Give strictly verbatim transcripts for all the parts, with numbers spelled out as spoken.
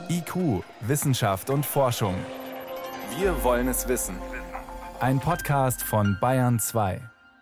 I Q, Wissenschaft und Forschung. Wir wollen es wissen. Ein Podcast von Bayern zwei.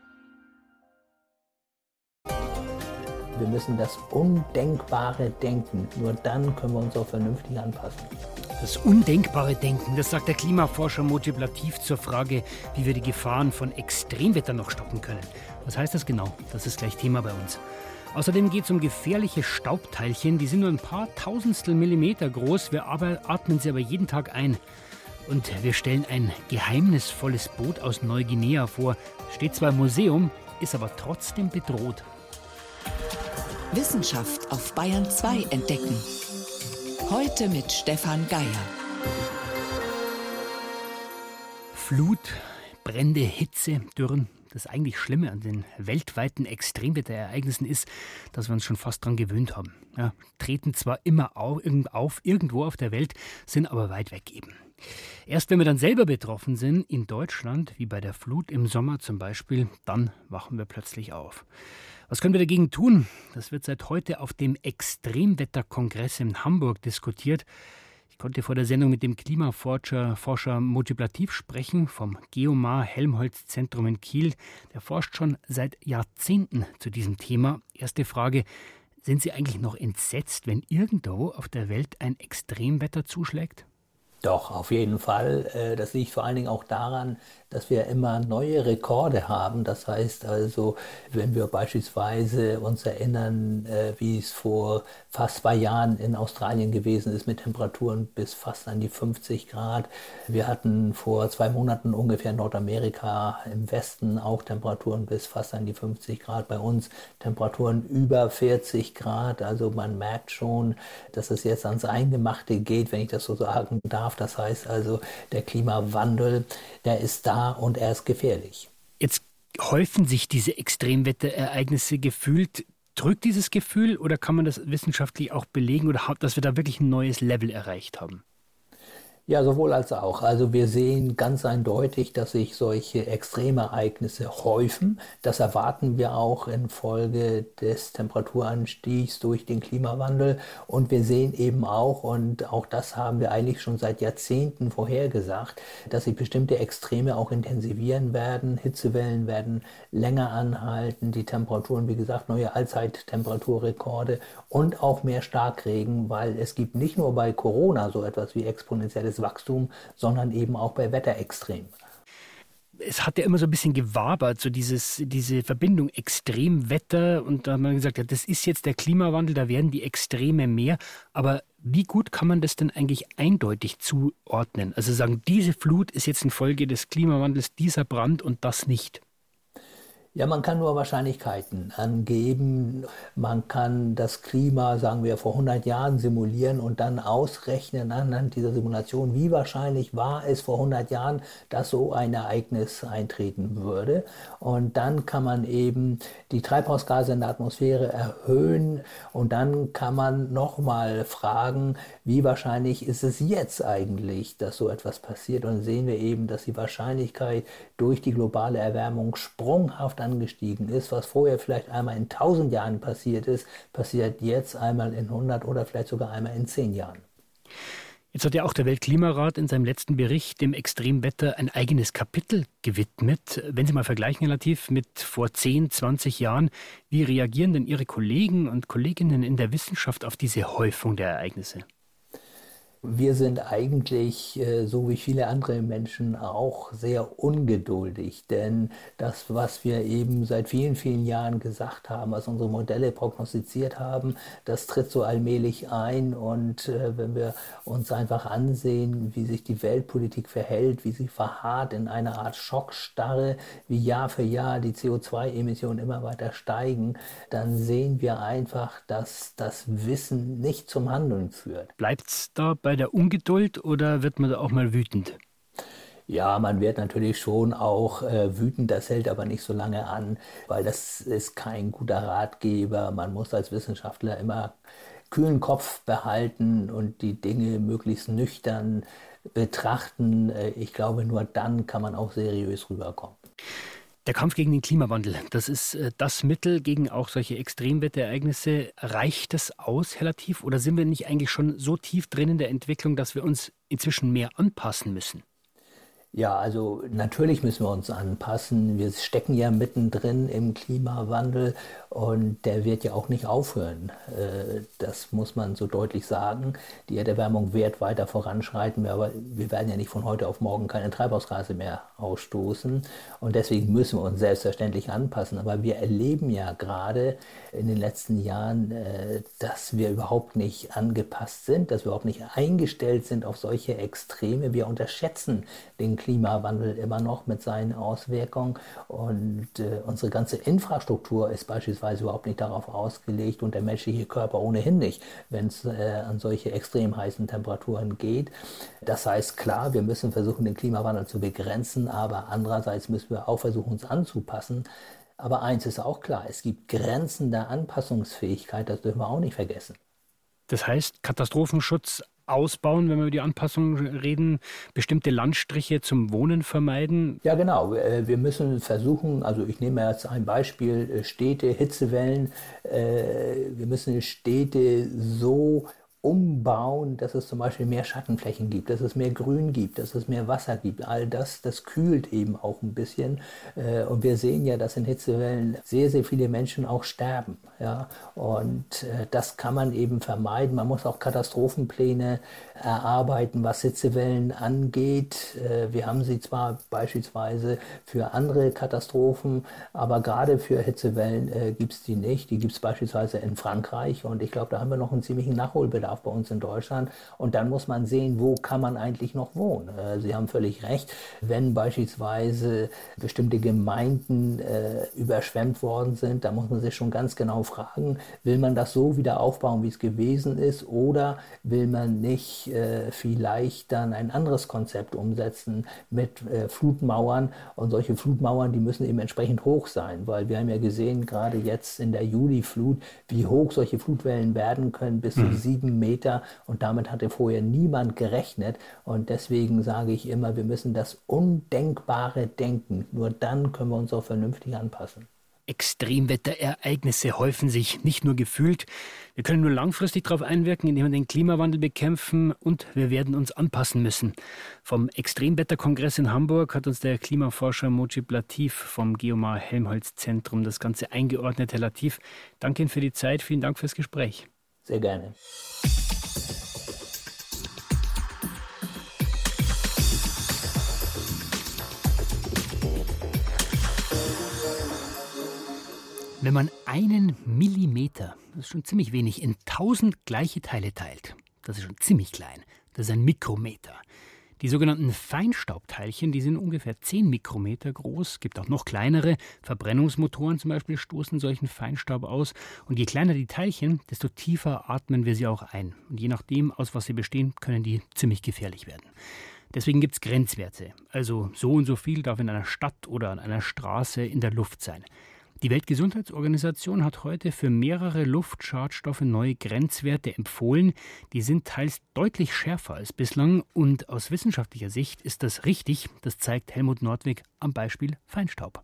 Wir müssen das Undenkbare denken. Nur dann können wir uns auch vernünftig anpassen. Das undenkbare Denken, das sagt der Klimaforscher motivativ zur Frage, wie wir die Gefahren von Extremwetter noch stoppen können. Was heißt das genau? Das ist gleich Thema bei uns. Außerdem geht es um gefährliche Staubteilchen, die sind nur ein paar Tausendstel Millimeter groß, wir atmen sie aber jeden Tag ein. Und wir stellen ein geheimnisvolles Boot aus Neuguinea vor. Steht zwar im Museum, ist aber trotzdem bedroht. Wissenschaft auf Bayern zwei entdecken. Heute mit Stefan Geier. Flut, Brände, Hitze, Dürren. Das eigentlich Schlimme an den weltweiten Extremwetterereignissen ist, dass wir uns schon fast daran gewöhnt haben. Ja, treten zwar immer auf, auf, irgendwo auf der Welt, sind aber weit weg eben. Erst wenn wir dann selber betroffen sind, in Deutschland, wie bei der Flut im Sommer zum Beispiel, dann wachen wir plötzlich auf. Was können wir dagegen tun? Das wird seit heute auf dem Extremwetterkongress in Hamburg diskutiert. Ich konnte vor der Sendung mit dem Klimaforscher Forscher Motivativ sprechen, vom Geomar-Helmholtz-Zentrum in Kiel. Der forscht schon seit Jahrzehnten zu diesem Thema. Erste Frage, sind Sie eigentlich noch entsetzt, wenn irgendwo auf der Welt ein Extremwetter zuschlägt? Doch, auf jeden Fall. Das liegt vor allen Dingen auch daran, dass wir immer neue Rekorde haben. Das heißt also, wenn wir beispielsweise uns erinnern, wie es vor fast zwei Jahren in Australien gewesen ist mit Temperaturen bis fast an die fünfzig Grad. Wir hatten vor zwei Monaten ungefähr in Nordamerika im Westen auch Temperaturen bis fast an die fünfzig Grad. Bei uns Temperaturen über vierzig Grad. Also man merkt schon, dass es jetzt ans Eingemachte geht, wenn ich das so sagen darf. Das heißt also, der Klimawandel, der ist da und er ist gefährlich. Jetzt häufen sich diese Extremwetterereignisse gefühlt. Drückt dieses Gefühl oder kann man das wissenschaftlich auch belegen oder dass wir da wirklich ein neues Level erreicht haben? Ja, sowohl als auch. Also wir sehen ganz eindeutig, dass sich solche Extremereignisse häufen. Das erwarten wir auch infolge des Temperaturanstiegs durch den Klimawandel. Und wir sehen eben auch, und auch das haben wir eigentlich schon seit Jahrzehnten vorhergesagt, dass sich bestimmte Extreme auch intensivieren werden. Hitzewellen werden länger anhalten. Die Temperaturen, wie gesagt, neue Allzeittemperaturrekorde und auch mehr Starkregen, weil es gibt nicht nur bei Corona so etwas wie exponentielles Wachstum, sondern eben auch bei Wetterextremen. Es hat ja immer so ein bisschen gewabert, so dieses, diese Verbindung Extremwetter, und da hat man gesagt, ja, das ist jetzt der Klimawandel, da werden die Extreme mehr, aber wie gut kann man das denn eigentlich eindeutig zuordnen? Also sagen, diese Flut ist jetzt infolge des Klimawandels, dieser Brand und das nicht. Ja, man kann nur Wahrscheinlichkeiten angeben. Man kann das Klima, sagen wir, vor hundert Jahren simulieren und dann ausrechnen anhand dieser Simulation, wie wahrscheinlich war es vor hundert Jahren, dass so ein Ereignis eintreten würde. Und dann kann man eben die Treibhausgase in der Atmosphäre erhöhen und dann kann man nochmal fragen, wie wahrscheinlich ist es jetzt eigentlich, dass so etwas passiert. Und dann sehen wir eben, dass die Wahrscheinlichkeit durch die globale Erwärmung sprunghaft angestiegen ist. Was vorher vielleicht einmal in tausend Jahren passiert ist, passiert jetzt einmal in hundert oder vielleicht sogar einmal in zehn Jahren. Jetzt hat ja auch der Weltklimarat in seinem letzten Bericht dem Extremwetter ein eigenes Kapitel gewidmet. Wenn Sie mal vergleichen relativ mit vor zehn, zwanzig Jahren, wie reagieren denn Ihre Kollegen und Kolleginnen in der Wissenschaft auf diese Häufung der Ereignisse? Wir sind eigentlich, so wie viele andere Menschen auch, sehr ungeduldig, denn das, was wir eben seit vielen, vielen Jahren gesagt haben, was unsere Modelle prognostiziert haben, das tritt so allmählich ein. Und wenn wir uns einfach ansehen, wie sich die Weltpolitik verhält, wie sie verharrt in einer Art Schockstarre, wie Jahr für Jahr die C O zwei Emissionen immer weiter steigen, dann sehen wir einfach, dass das Wissen nicht zum Handeln führt. Bleibt es da bei der Ungeduld oder wird man da auch mal wütend? Ja, man wird natürlich schon auch äh, wütend, das hält aber nicht so lange an, weil das ist kein guter Ratgeber. Man muss als Wissenschaftler immer kühlen Kopf behalten und die Dinge möglichst nüchtern betrachten. Ich glaube, nur dann kann man auch seriös rüberkommen. Der Kampf gegen den Klimawandel, das ist das Mittel gegen auch solche Extremwetterereignisse. Reicht das aus, Herr Latif, oder sind wir nicht eigentlich schon so tief drin in der Entwicklung, dass wir uns inzwischen mehr anpassen müssen? Ja, also natürlich müssen wir uns anpassen. Wir stecken ja mittendrin im Klimawandel und der wird ja auch nicht aufhören. Das muss man so deutlich sagen. Die Erderwärmung wird weiter voranschreiten, aber wir werden ja nicht von heute auf morgen keine Treibhausgase mehr ausstoßen. Und deswegen müssen wir uns selbstverständlich anpassen. Aber wir erleben ja gerade in den letzten Jahren, dass wir überhaupt nicht angepasst sind, dass wir überhaupt nicht eingestellt sind auf solche Extreme. Wir unterschätzen den Klimawandel immer noch mit seinen Auswirkungen und äh, unsere ganze Infrastruktur ist beispielsweise überhaupt nicht darauf ausgelegt und der menschliche Körper ohnehin nicht, wenn es äh, an solche extrem heißen Temperaturen geht. Das heißt, klar, wir müssen versuchen, den Klimawandel zu begrenzen, aber andererseits müssen wir auch versuchen, uns anzupassen. Aber eins ist auch klar, es gibt Grenzen der Anpassungsfähigkeit, das dürfen wir auch nicht vergessen. Das heißt, Katastrophenschutz ausbauen, wenn wir über die Anpassung reden, bestimmte Landstriche zum Wohnen vermeiden? Ja, genau. Wir müssen versuchen, also ich nehme jetzt ein Beispiel, Städte, Hitzewellen. Wir müssen Städte so umbauen, dass es zum Beispiel mehr Schattenflächen gibt, dass es mehr Grün gibt, dass es mehr Wasser gibt. All das, das kühlt eben auch ein bisschen. Und wir sehen ja, dass in Hitzewellen sehr, sehr viele Menschen auch sterben. Ja? Und das kann man eben vermeiden. Man muss auch Katastrophenpläne erarbeiten, was Hitzewellen angeht. Wir haben sie zwar beispielsweise für andere Katastrophen, aber gerade für Hitzewellen gibt es die nicht. Die gibt es beispielsweise in Frankreich. Und ich glaube, da haben wir noch einen ziemlichen Nachholbedarf bei uns in Deutschland. Und dann muss man sehen, wo kann man eigentlich noch wohnen. Sie haben völlig recht, wenn beispielsweise bestimmte Gemeinden äh, überschwemmt worden sind, da muss man sich schon ganz genau fragen, will man das so wieder aufbauen, wie es gewesen ist, oder will man nicht äh, vielleicht dann ein anderes Konzept umsetzen mit äh, Flutmauern. Und solche Flutmauern, die müssen eben entsprechend hoch sein, weil wir haben ja gesehen, gerade jetzt in der Juliflut, wie hoch solche Flutwellen werden können, bis zu sieben Meter, und damit hatte vorher niemand gerechnet. Und deswegen sage ich immer, wir müssen das Undenkbare denken. Nur dann können wir uns auch vernünftig anpassen. Extremwetterereignisse häufen sich nicht nur gefühlt. Wir können nur langfristig darauf einwirken, indem wir den Klimawandel bekämpfen, und wir werden uns anpassen müssen. Vom Extremwetterkongress in Hamburg hat uns der Klimaforscher Mojib Latif vom Geomar Helmholtz Zentrum das Ganze eingeordnet. Herr Latif, danke Ihnen für die Zeit. Vielen Dank fürs Gespräch. Sehr gerne. Wenn man einen Millimeter, das ist schon ziemlich wenig, in tausend gleiche Teile teilt, das ist schon ziemlich klein, das ist ein Mikrometer. Die sogenannten Feinstaubteilchen, die sind ungefähr zehn Mikrometer groß, gibt auch noch kleinere. Verbrennungsmotoren zum Beispiel stoßen solchen Feinstaub aus. Und je kleiner die Teilchen, desto tiefer atmen wir sie auch ein. Und je nachdem, aus was sie bestehen, können die ziemlich gefährlich werden. Deswegen gibt es Grenzwerte. Also so und so viel darf in einer Stadt oder an einer Straße in der Luft sein. Die Weltgesundheitsorganisation hat heute für mehrere Luftschadstoffe neue Grenzwerte empfohlen. Die sind teils deutlich schärfer als bislang, und aus wissenschaftlicher Sicht ist das richtig. Das zeigt Helmut Nordwig am Beispiel Feinstaub.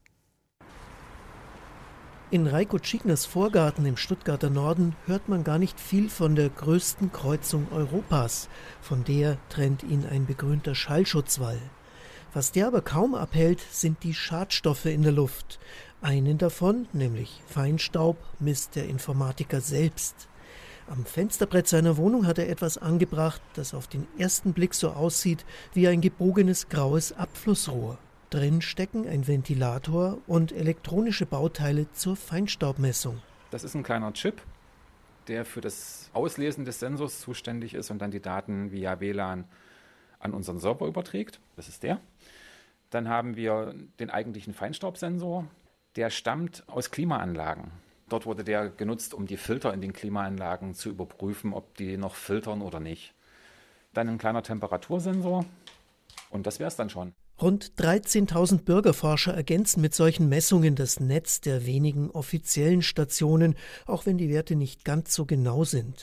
In Reiko Tschigners Vorgarten im Stuttgarter Norden hört man gar nicht viel von der größten Kreuzung Europas. Von der trennt ihn ein begrünter Schallschutzwall. Was der aber kaum abhält, sind die Schadstoffe in der Luft. Einen davon, nämlich Feinstaub, misst der Informatiker selbst. Am Fensterbrett seiner Wohnung hat er etwas angebracht, das auf den ersten Blick so aussieht wie ein gebogenes graues Abflussrohr. Drin stecken ein Ventilator und elektronische Bauteile zur Feinstaubmessung. Das ist ein kleiner Chip, der für das Auslesen des Sensors zuständig ist und dann die Daten via W L A N an unseren Server überträgt. Das ist der. Dann haben wir den eigentlichen Feinstaubsensor. Der stammt aus Klimaanlagen. Dort wurde der genutzt, um die Filter in den Klimaanlagen zu überprüfen, ob die noch filtern oder nicht. Dann ein kleiner Temperatursensor, und das wäre es dann schon. Rund dreizehntausend Bürgerforscher ergänzen mit solchen Messungen das Netz der wenigen offiziellen Stationen, auch wenn die Werte nicht ganz so genau sind.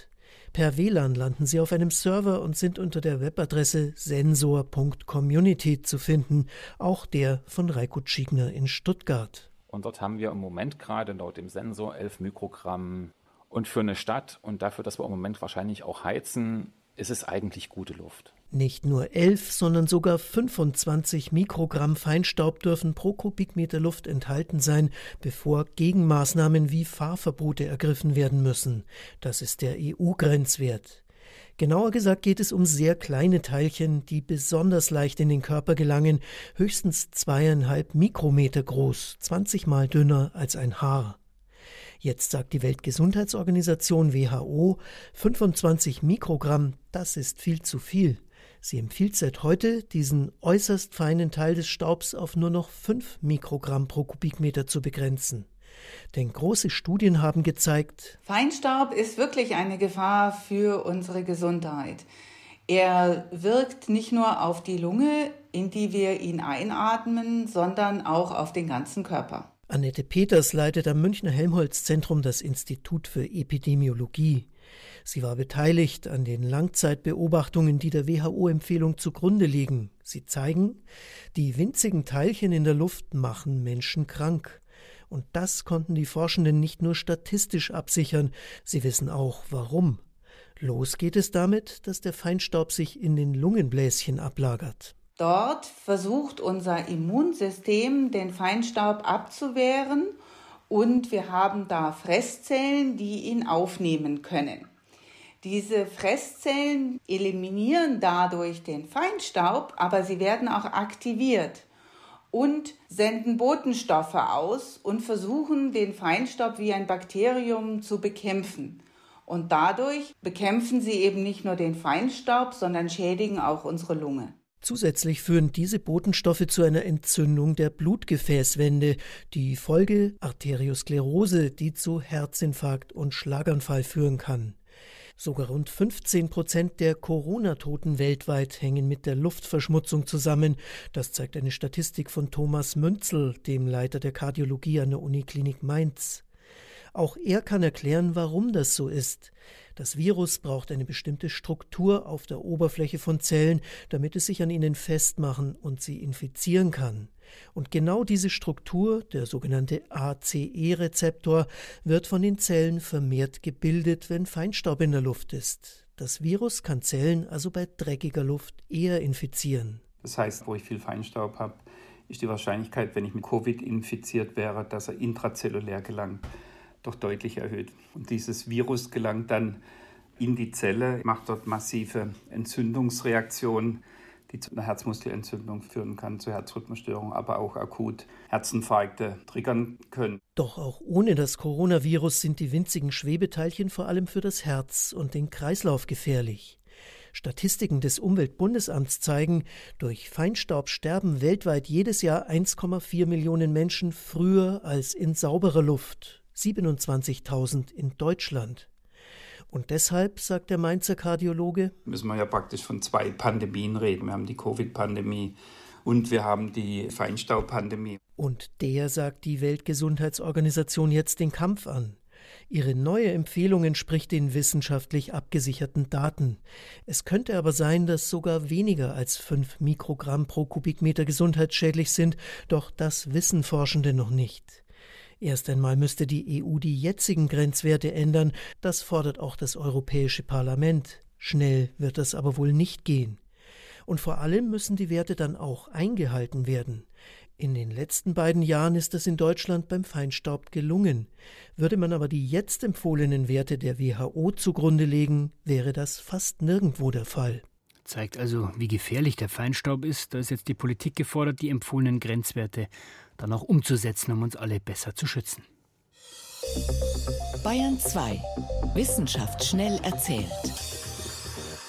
Per W L A N landen sie auf einem Server und sind unter der Webadresse sensor punkt community zu finden, auch der von Reiko Tschigner in Stuttgart. Und dort haben wir im Moment gerade laut dem Sensor elf Mikrogramm. Und für eine Stadt und dafür, dass wir im Moment wahrscheinlich auch heizen, ist es eigentlich gute Luft. Nicht nur elf, sondern sogar fünfundzwanzig Mikrogramm Feinstaub dürfen pro Kubikmeter Luft enthalten sein, bevor Gegenmaßnahmen wie Fahrverbote ergriffen werden müssen. Das ist der E U-Grenzwert. Genauer gesagt geht es um sehr kleine Teilchen, die besonders leicht in den Körper gelangen, höchstens zweieinhalb Mikrometer groß, zwanzig Mal dünner als ein Haar. Jetzt sagt die Weltgesundheitsorganisation W H O, fünfundzwanzig Mikrogramm, das ist viel zu viel. Sie empfiehlt seit heute, diesen äußerst feinen Teil des Staubs auf nur noch fünf Mikrogramm pro Kubikmeter zu begrenzen. Denn große Studien haben gezeigt, Feinstaub ist wirklich eine Gefahr für unsere Gesundheit. Er wirkt nicht nur auf die Lunge, in die wir ihn einatmen, sondern auch auf den ganzen Körper. Annette Peters leitet am Münchner Helmholtz-Zentrum das Institut für Epidemiologie. Sie war beteiligt an den Langzeitbeobachtungen, die der W H O-Empfehlung zugrunde liegen. Sie zeigen, die winzigen Teilchen in der Luft machen Menschen krank. Und das konnten die Forschenden nicht nur statistisch absichern, sie wissen auch, warum. Los geht es damit, dass der Feinstaub sich in den Lungenbläschen ablagert. Dort versucht unser Immunsystem, den Feinstaub abzuwehren, und wir haben da Fresszellen, die ihn aufnehmen können. Diese Fresszellen eliminieren dadurch den Feinstaub, aber sie werden auch aktiviert und senden Botenstoffe aus und versuchen, den Feinstaub wie ein Bakterium zu bekämpfen. Und dadurch bekämpfen sie eben nicht nur den Feinstaub, sondern schädigen auch unsere Lunge. Zusätzlich führen diese Botenstoffe zu einer Entzündung der Blutgefäßwände, die Folge Arteriosklerose, die zu Herzinfarkt und Schlaganfall führen kann. Sogar rund fünfzehn Prozent der Corona-Toten weltweit hängen mit der Luftverschmutzung zusammen. Das zeigt eine Statistik von Thomas Münzel, dem Leiter der Kardiologie an der Uniklinik Mainz. Auch er kann erklären, warum das so ist. Das Virus braucht eine bestimmte Struktur auf der Oberfläche von Zellen, damit es sich an ihnen festmachen und sie infizieren kann. Und genau diese Struktur, der sogenannte A C E-Rezeptor, wird von den Zellen vermehrt gebildet, wenn Feinstaub in der Luft ist. Das Virus kann Zellen also bei dreckiger Luft eher infizieren. Das heißt, wo ich viel Feinstaub habe, ist die Wahrscheinlichkeit, wenn ich mit Covid infiziert wäre, dass er intrazellulär gelangt, doch deutlich erhöht. Und dieses Virus gelangt dann in die Zelle, macht dort massive Entzündungsreaktionen, die zu einer Herzmuskelentzündung führen kann, zu Herzrhythmusstörungen, aber auch akut Herzinfarkte triggern können. Doch auch ohne das Coronavirus sind die winzigen Schwebeteilchen vor allem für das Herz und den Kreislauf gefährlich. Statistiken des Umweltbundesamts zeigen, durch Feinstaub sterben weltweit jedes Jahr eins Komma vier Millionen Menschen früher als in sauberer Luft. siebenundzwanzigtausend in Deutschland. Und deshalb, sagt der Mainzer Kardiologe, müssen wir ja praktisch von zwei Pandemien reden. Wir haben die Covid-Pandemie und wir haben die Feinstaubpandemie. Und der sagt die Weltgesundheitsorganisation jetzt den Kampf an. Ihre neue Empfehlung entspricht den wissenschaftlich abgesicherten Daten. Es könnte aber sein, dass sogar weniger als fünf Mikrogramm pro Kubikmeter gesundheitsschädlich sind, doch das wissen Forschende noch nicht. Erst einmal müsste die E U die jetzigen Grenzwerte ändern, das fordert auch das Europäische Parlament. Schnell wird das aber wohl nicht gehen. Und vor allem müssen die Werte dann auch eingehalten werden. In den letzten beiden Jahren ist das in Deutschland beim Feinstaub gelungen. Würde man aber die jetzt empfohlenen Werte der W H O zugrunde legen, wäre das fast nirgendwo der Fall. Zeigt also, wie gefährlich der Feinstaub ist. Da ist jetzt die Politik gefordert, die empfohlenen Grenzwerte dann auch umzusetzen, um uns alle besser zu schützen. Bayern zwei. Wissenschaft schnell erzählt.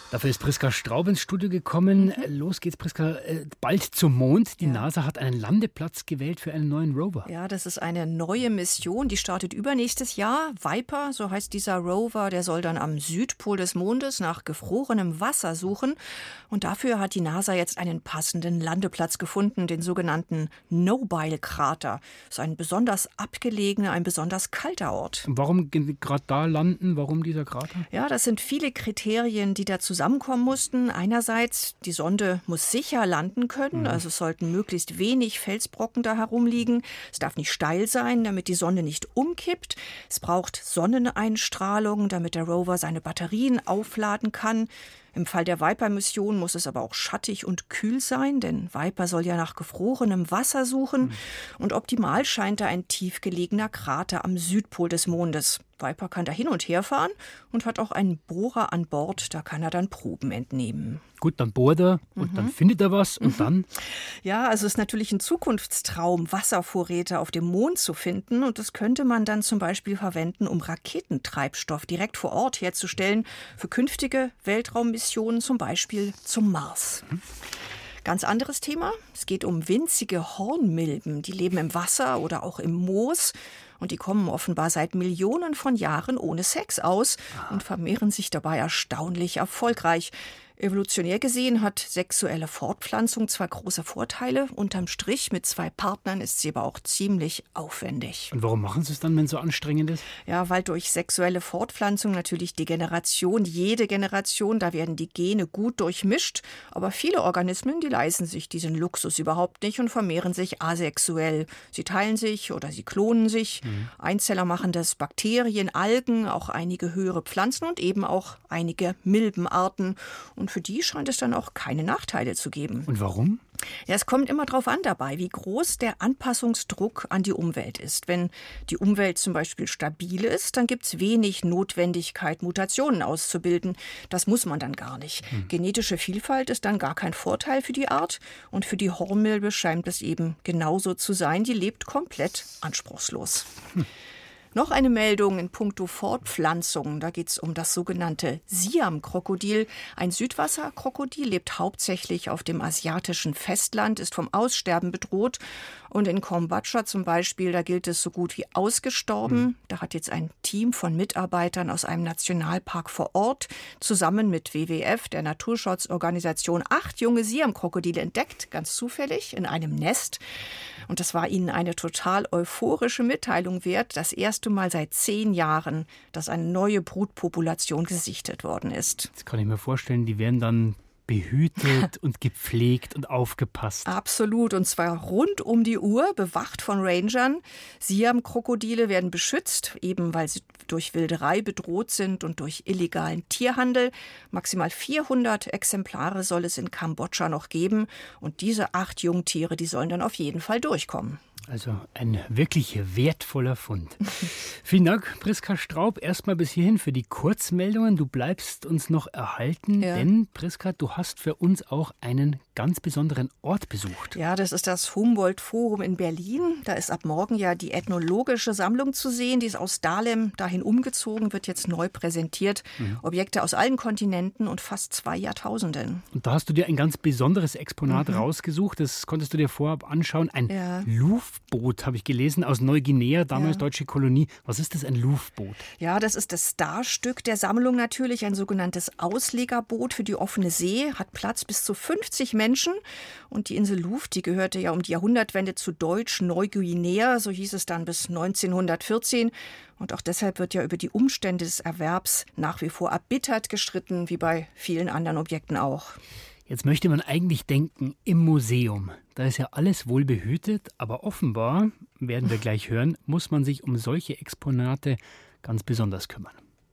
Dafür ist Priska Straub ins Studio gekommen. Mhm. Los geht's, Priska, bald zum Mond. Die ja. NASA hat einen Landeplatz gewählt für einen neuen Rover. Ja, das ist eine neue Mission, die startet übernächstes Jahr. Viper, so heißt dieser Rover, der soll dann am Südpol des Mondes nach gefrorenem Wasser suchen. Und dafür hat die NASA jetzt einen passenden Landeplatz gefunden, den sogenannten Nobile-Krater. Das ist ein besonders abgelegener, ein besonders kalter Ort. Warum gerade da landen? Warum dieser Krater? Ja, das sind viele Kriterien, die dazu zusammenkommen mussten. Einerseits, die Sonde muss sicher landen können, mhm. also es sollten möglichst wenig Felsbrocken da herumliegen. Es darf nicht steil sein, damit die Sonde nicht umkippt. Es braucht Sonneneinstrahlung, damit der Rover seine Batterien aufladen kann. Im Fall der Viper-Mission muss es aber auch schattig und kühl sein, denn Viper soll ja nach gefrorenem Wasser suchen. Mhm. Und optimal scheint da ein tiefgelegener Krater am Südpol des Mondes. Viper kann da hin und her fahren und hat auch einen Bohrer an Bord, da kann er dann Proben entnehmen. Gut, dann bohrt er und mhm. dann findet er was und mhm. dann? Ja, also es ist natürlich ein Zukunftstraum, Wasservorräte auf dem Mond zu finden. Und das könnte man dann zum Beispiel verwenden, um Raketentreibstoff direkt vor Ort herzustellen für künftige Weltraummissionen, zum Beispiel zum Mars. Mhm. Ganz anderes Thema. Es geht um winzige Hornmilben. Die leben im Wasser oder auch im Moos. Und die kommen offenbar seit Millionen von Jahren ohne Sex aus und vermehren sich dabei erstaunlich erfolgreich. Evolutionär gesehen hat sexuelle Fortpflanzung zwar große Vorteile, unterm Strich mit zwei Partnern ist sie aber auch ziemlich aufwendig. Und warum machen sie es dann, wenn es so anstrengend ist? Ja, weil durch sexuelle Fortpflanzung natürlich die Generation, jede Generation, da werden die Gene gut durchmischt, aber viele Organismen, die leisten sich diesen Luxus überhaupt nicht und vermehren sich asexuell. Sie teilen sich oder sie klonen sich. Mhm. Einzeller machen das Bakterien, Algen, auch einige höhere Pflanzen und eben auch einige Milbenarten. Und für die scheint es dann auch keine Nachteile zu geben. Und warum? Ja, es kommt immer darauf an dabei, wie groß der Anpassungsdruck an die Umwelt ist. Wenn die Umwelt zum Beispiel stabil ist, dann gibt es wenig Notwendigkeit, Mutationen auszubilden. Das muss man dann gar nicht. Hm. Genetische Vielfalt ist dann gar kein Vorteil für die Art. Und für die Hornmilbe scheint es eben genauso zu sein. Die lebt komplett anspruchslos. Hm. Noch eine Meldung in puncto Fortpflanzung. Da geht es um das sogenannte Siam-Krokodil. Ein Südwasserkrokodil lebt hauptsächlich auf dem asiatischen Festland, ist vom Aussterben bedroht. Und in Kambodscha zum Beispiel, da gilt es so gut wie ausgestorben. Mhm. Da hat jetzt ein Team von Mitarbeitern aus einem Nationalpark vor Ort zusammen mit W W F, der Naturschutzorganisation, acht junge Siam-Krokodile entdeckt, ganz zufällig, in einem Nest. Und das war ihnen eine total euphorische Mitteilung wert. Das erste Mal seit zehn Jahren, dass eine neue Brutpopulation gesichtet worden ist. Das kann ich mir vorstellen, die werden dann behütet und gepflegt und aufgepasst. Absolut, und zwar rund um die Uhr, bewacht von Rangern. Siam-Krokodile werden beschützt, eben weil sie durch Wilderei bedroht sind und durch illegalen Tierhandel. Maximal vierhundert Exemplare soll es in Kambodscha noch geben. Und diese acht Jungtiere, die sollen dann auf jeden Fall durchkommen. Also ein wirklich wertvoller Fund. Vielen Dank, Priska Straub, erstmal bis hierhin für die Kurzmeldungen. Du bleibst uns noch erhalten, ja. Denn, Priska, du hast für uns auch einen ganz besonderen Ort besucht. Ja, das ist das Humboldt-Forum in Berlin. Da ist ab morgen ja die ethnologische Sammlung zu sehen. Die ist aus Dahlem dahin umgezogen, wird jetzt neu präsentiert. Mhm. Objekte aus allen Kontinenten und fast zwei Jahrtausenden. Und da hast du dir ein ganz besonderes Exponat mhm. rausgesucht. Das konntest du dir vorab anschauen. Ein ja. Luftboot, habe ich gelesen, aus Neuguinea, damals ja. deutsche Kolonie. Was ist das, ein Luftboot? Ja, das ist das Starstück der Sammlung natürlich. Ein sogenanntes Auslegerboot für die offene See. Hat Platz bis zu fünfzig Menschen. Und die Insel Luft, die gehörte ja um die Jahrhundertwende zu Deutsch-Neuguinea, so hieß es dann bis neunzehnhundertvierzehn. Und auch deshalb wird ja über die Umstände des Erwerbs nach wie vor erbittert gestritten, wie bei vielen anderen Objekten auch. Jetzt möchte man eigentlich denken, im Museum, da ist ja alles wohl behütet, aber offenbar, werden wir gleich hören, muss man sich um solche Exponate ganz besonders kümmern.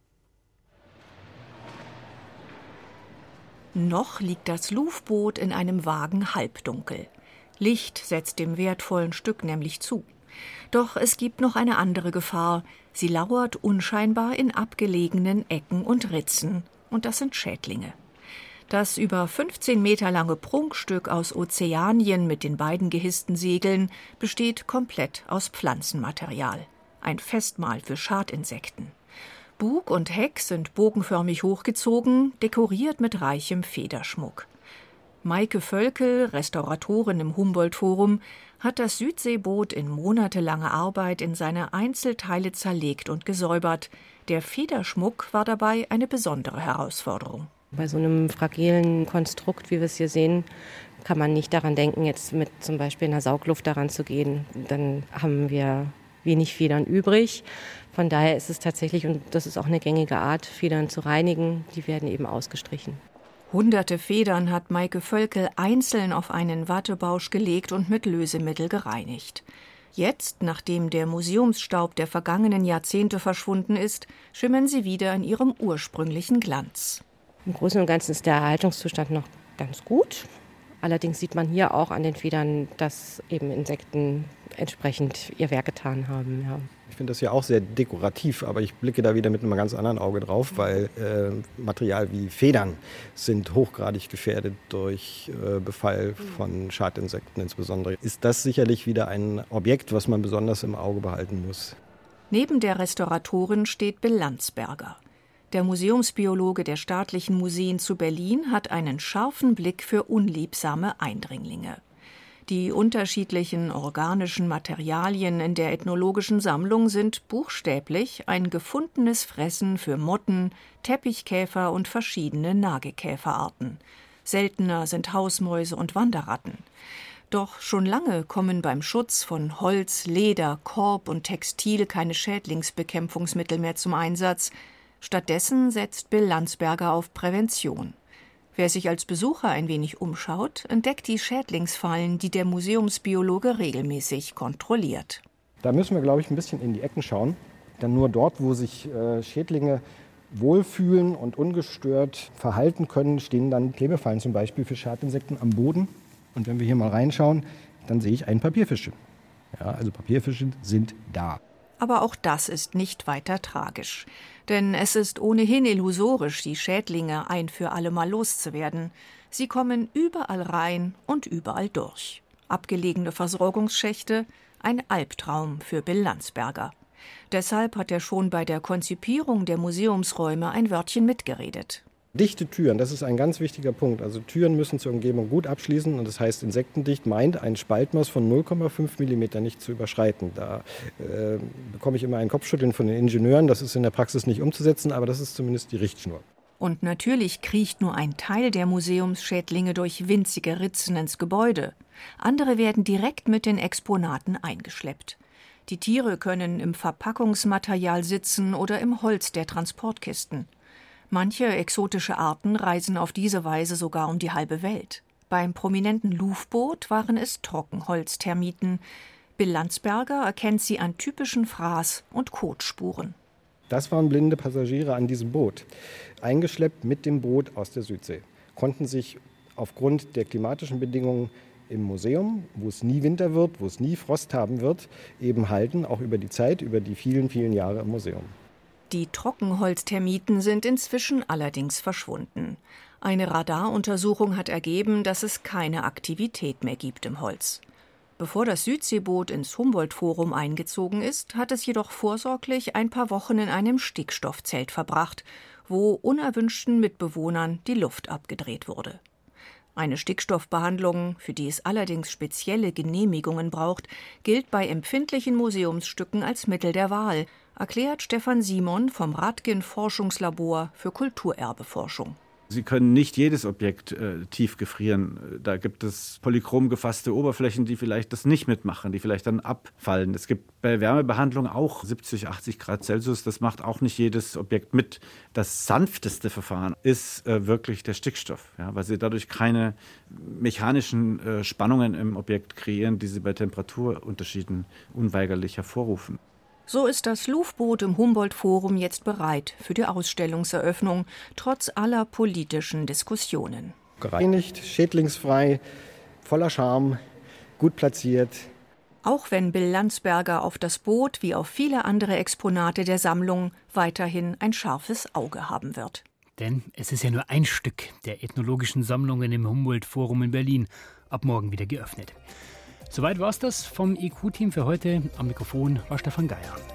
Noch liegt das Luftboot in einem Wagen halbdunkel. Licht setzt dem wertvollen Stück nämlich zu. Doch es gibt noch eine andere Gefahr. Sie lauert unscheinbar in abgelegenen Ecken und Ritzen. Und das sind Schädlinge. Das über fünfzehn Meter lange Prunkstück aus Ozeanien mit den beiden gehissten Segeln besteht komplett aus Pflanzenmaterial. Ein Festmahl für Schadinsekten. Bug und Heck sind bogenförmig hochgezogen, dekoriert mit reichem Federschmuck. Maike Völkel, Restauratorin im Humboldt-Forum, hat das Südseeboot in monatelanger Arbeit in seine Einzelteile zerlegt und gesäubert. Der Federschmuck war dabei eine besondere Herausforderung. Bei so einem fragilen Konstrukt, wie wir es hier sehen, kann man nicht daran denken, jetzt mit zum Beispiel einer Saugluft daran zu gehen. Dann haben wir wenig Federn übrig. Von daher ist es tatsächlich, und das ist auch eine gängige Art, Federn zu reinigen, die werden eben ausgestrichen. Hunderte Federn hat Maike Völkel einzeln auf einen Wattebausch gelegt und mit Lösemittel gereinigt. Jetzt, nachdem der Museumsstaub der vergangenen Jahrzehnte verschwunden ist, schimmern sie wieder in ihrem ursprünglichen Glanz. Im Großen und Ganzen ist der Erhaltungszustand noch ganz gut. Allerdings sieht man hier auch an den Federn, dass eben Insekten entsprechend ihr Werk getan haben. Ja. Ich finde das ja auch sehr dekorativ, aber ich blicke da wieder mit einem ganz anderen Auge drauf, weil äh, Material wie Federn sind hochgradig gefährdet durch äh, Befall von Schadinsekten insbesondere. Ist das sicherlich wieder ein Objekt, was man besonders im Auge behalten muss. Neben der Restauratorin steht Bill Landsberger. Der Museumsbiologe der Staatlichen Museen zu Berlin hat einen scharfen Blick für unliebsame Eindringlinge. Die unterschiedlichen organischen Materialien in der ethnologischen Sammlung sind buchstäblich ein gefundenes Fressen für Motten, Teppichkäfer und verschiedene Nagekäferarten. Seltener sind Hausmäuse und Wanderratten. Doch schon lange kommen beim Schutz von Holz, Leder, Korb und Textil keine Schädlingsbekämpfungsmittel mehr zum Einsatz. Stattdessen setzt Bill Landsberger auf Prävention. Wer sich als Besucher ein wenig umschaut, entdeckt die Schädlingsfallen, die der Museumsbiologe regelmäßig kontrolliert. Da müssen wir, glaube ich, ein bisschen in die Ecken schauen. Denn nur dort, wo sich äh, Schädlinge wohlfühlen und ungestört verhalten können, stehen dann Klebefallen zum Beispiel für Schadinsekten am Boden. Und wenn wir hier mal reinschauen, dann sehe ich einen Papierfische. Ja, also Papierfische sind da. Aber auch das ist nicht weiter tragisch. Denn es ist ohnehin illusorisch, die Schädlinge ein für alle Mal loszuwerden. Sie kommen überall rein und überall durch. Abgelegene Versorgungsschächte, ein Albtraum für Bill Landsberger. Deshalb hat er schon bei der Konzipierung der Museumsräume ein Wörtchen mitgeredet. Dichte Türen, das ist ein ganz wichtiger Punkt. Also Türen müssen zur Umgebung gut abschließen und das heißt, insektendicht meint, ein Spaltmaß von null Komma fünf Millimeter nicht zu überschreiten. Da äh, bekomme ich immer ein Kopfschütteln von den Ingenieuren. Das ist in der Praxis nicht umzusetzen, aber das ist zumindest die Richtschnur. Und natürlich kriecht nur ein Teil der Museumsschädlinge durch winzige Ritzen ins Gebäude. Andere werden direkt mit den Exponaten eingeschleppt. Die Tiere können im Verpackungsmaterial sitzen oder im Holz der Transportkisten. Manche exotische Arten reisen auf diese Weise sogar um die halbe Welt. Beim prominenten Louvboot waren es Trockenholztermiten. Bill Landsberger erkennt sie an typischen Fraß- und Kotspuren. Das waren blinde Passagiere an diesem Boot, eingeschleppt mit dem Boot aus der Südsee. Konnten sich aufgrund der klimatischen Bedingungen im Museum, wo es nie Winter wird, wo es nie Frost haben wird, eben halten, auch über die Zeit, über die vielen, vielen Jahre im Museum. Die Trockenholztermiten sind inzwischen allerdings verschwunden. Eine Radaruntersuchung hat ergeben, dass es keine Aktivität mehr gibt im Holz. Bevor das Südseeboot ins Humboldt-Forum eingezogen ist, hat es jedoch vorsorglich ein paar Wochen in einem Stickstoffzelt verbracht, wo unerwünschten Mitbewohnern die Luft abgedreht wurde. Eine Stickstoffbehandlung, für die es allerdings spezielle Genehmigungen braucht, gilt bei empfindlichen Museumsstücken als Mittel der Wahl, erklärt Stefan Simon vom Radgen-Forschungslabor für Kulturerbeforschung. Sie können nicht jedes Objekt äh, tief gefrieren. Da gibt es polychrom gefasste Oberflächen, die vielleicht das nicht mitmachen, die vielleicht dann abfallen. Es gibt bei Wärmebehandlung auch siebzig, achtzig Grad Celsius. Das macht auch nicht jedes Objekt mit. Das sanfteste Verfahren ist äh, wirklich der Stickstoff, ja, weil Sie dadurch keine mechanischen äh, Spannungen im Objekt kreieren, die Sie bei Temperaturunterschieden unweigerlich hervorrufen. So ist das Louvboot im Humboldt-Forum jetzt bereit für die Ausstellungseröffnung, trotz aller politischen Diskussionen. Gereinigt, schädlingsfrei, voller Charme, gut platziert. Auch wenn Bill Landsberger auf das Boot wie auf viele andere Exponate der Sammlung weiterhin ein scharfes Auge haben wird. Denn es ist ja nur ein Stück der ethnologischen Sammlungen im Humboldt-Forum in Berlin, ab morgen wieder geöffnet. Soweit war's das vom I Q-Team für heute. Am Mikrofon war Stefan Geier.